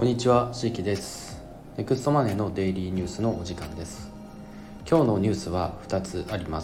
にちは、しいきです。ネクストマネーのデイリーニュースのお時間です。今日のニュースは2つあります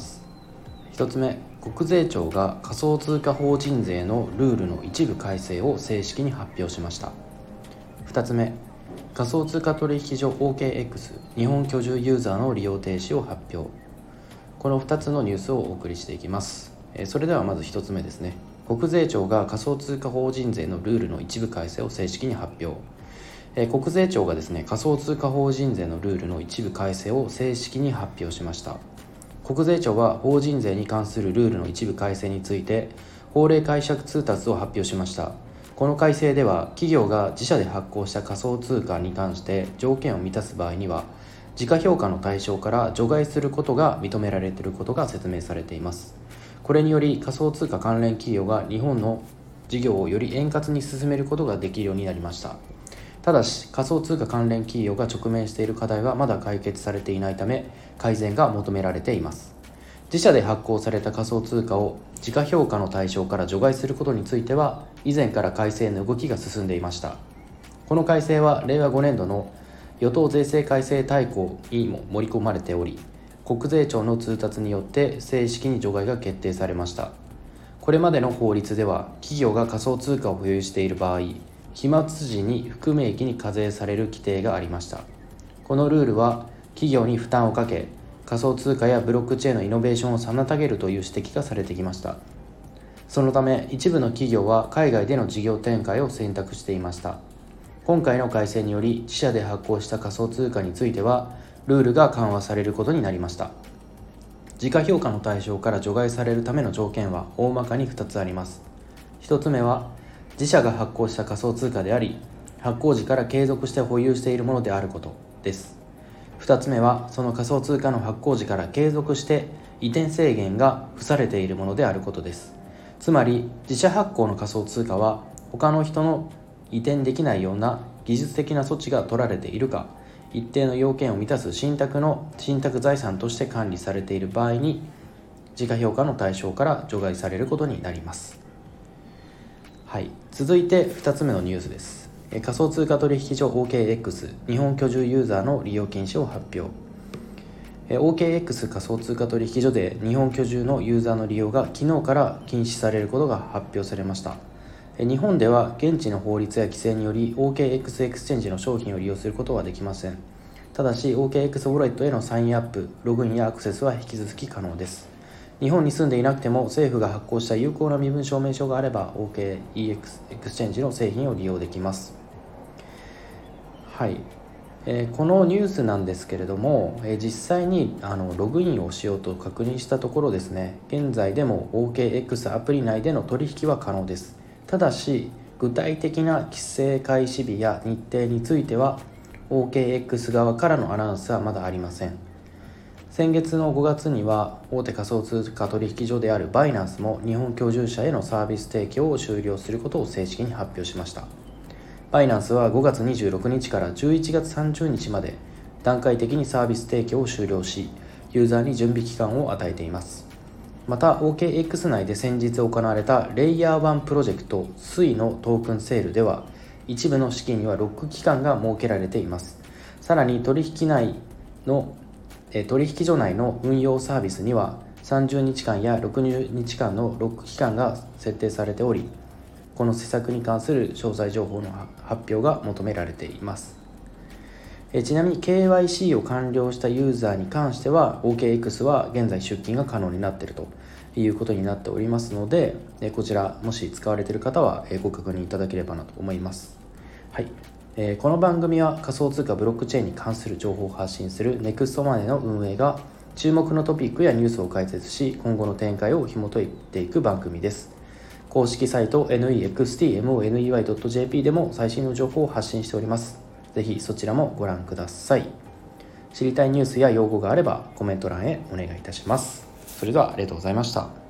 。1つ目、国税庁が仮想通貨法人税のルールの一部改正を正式に発表しました。2つ目、仮想通貨取引所 OKX 日本居住ユーザーの利用停止を発表。この2つのニュースをお送りしていきます。それではまず1つ目ですね。国税庁が仮想通貨法人税のルールの一部改正を正式に発表。国税庁がですね、仮想通貨法人税のルールの一部改正を正式に発表しました。国税庁は法人税に関するルールの一部改正について法令解釈通達を発表しました。この改正では、企業が自社で発行した仮想通貨に関して条件を満たす場合には時価評価の対象から除外することが認められていることが説明されています。これにより仮想通貨関連企業が日本の事業をより円滑に進めることができるようになりました。ただし、仮想通貨関連企業が直面している課題はまだ解決されていないため、改善が求められています。自社で発行された仮想通貨を時価評価の対象から除外することについては、以前から改正の動きが進んでいました。この改正は令和5年度の与党税制改正大綱にも盛り込まれており、国税庁の通達によって正式に除外が決定されました。これまでの法律では、企業が仮想通貨を保有している場合、期末時に含み益に課税される規定がありました。このルールは企業に負担をかけ、仮想通貨やブロックチェーンのイノベーションを妨げるという指摘がされてきました。そのため一部の企業は海外での事業展開を選択していました。今回の改正により、自社で発行した仮想通貨についてはルールが緩和されることになりました。時価評価の対象から除外されるための条件は大まかに2つあります。1つ目は、自社が発行した仮想通貨であり、発行時から継続して保有しているものであることです。2つ目は、その仮想通貨の発行時から継続して移転制限が付されているものであることです。つまり、自社発行の仮想通貨は他の人の移転できないような技術的な措置が取られているか、一定の要件を満たす信託財産として管理されている場合に、時価評価の対象から除外されることになります。続いて2つ目のニュースです。仮想通貨取引所 OKX 日本居住ユーザーの利用禁止を発表。OKX 仮想通貨取引所で日本居住のユーザーの利用が昨日から禁止されることが発表されました。日本では現地の法律や規制により OKX エクスチェンジの商品を利用することはできません。ただし OKX ウォレットへのサインアップ、ログインやアクセスは引き続き可能です。日本に住んでいなくても政府が発行した有効な身分証明書があれば OKEX エクスチェンジの製品を利用できます。このニュースなんですけれども、実際にログインをしようと確認したところですね、現在でも OKX アプリ内での取引は可能です。ただし、具体的な規制開始日や日程については OKX 側からのアナウンスはまだありません。先月の5月には大手仮想通貨取引所であるバイナンスも日本居住者へのサービス提供を終了することを正式に発表しました。バイナンスは5月26日から11月30日まで段階的にサービス提供を終了し、ユーザーに準備期間を与えています。また OKX 内で先日行われたレイヤー1プロジェクト SUI のトークンセールでは、一部の資金にはロック期間が設けられています。さらに取引所内の運用サービスには30日間や60日間のロック期間が設定されており、この施策に関する詳細情報の発表が求められています。ちなみに KYC を完了したユーザーに関しては OKX は現在出金が可能になっているということになっておりますので、こちらもし使われている方はご確認いただければなと思います。この番組は仮想通貨ブロックチェーンに関する情報を発信するネクストマネーの運営が注目のトピックやニュースを解説し、今後の展開を紐解いていく番組です。公式サイト nextmoney.jp でも最新の情報を発信しております。ぜひそちらもご覧ください。知りたいニュースや用語があればコメント欄へお願いいたします。それではありがとうございました。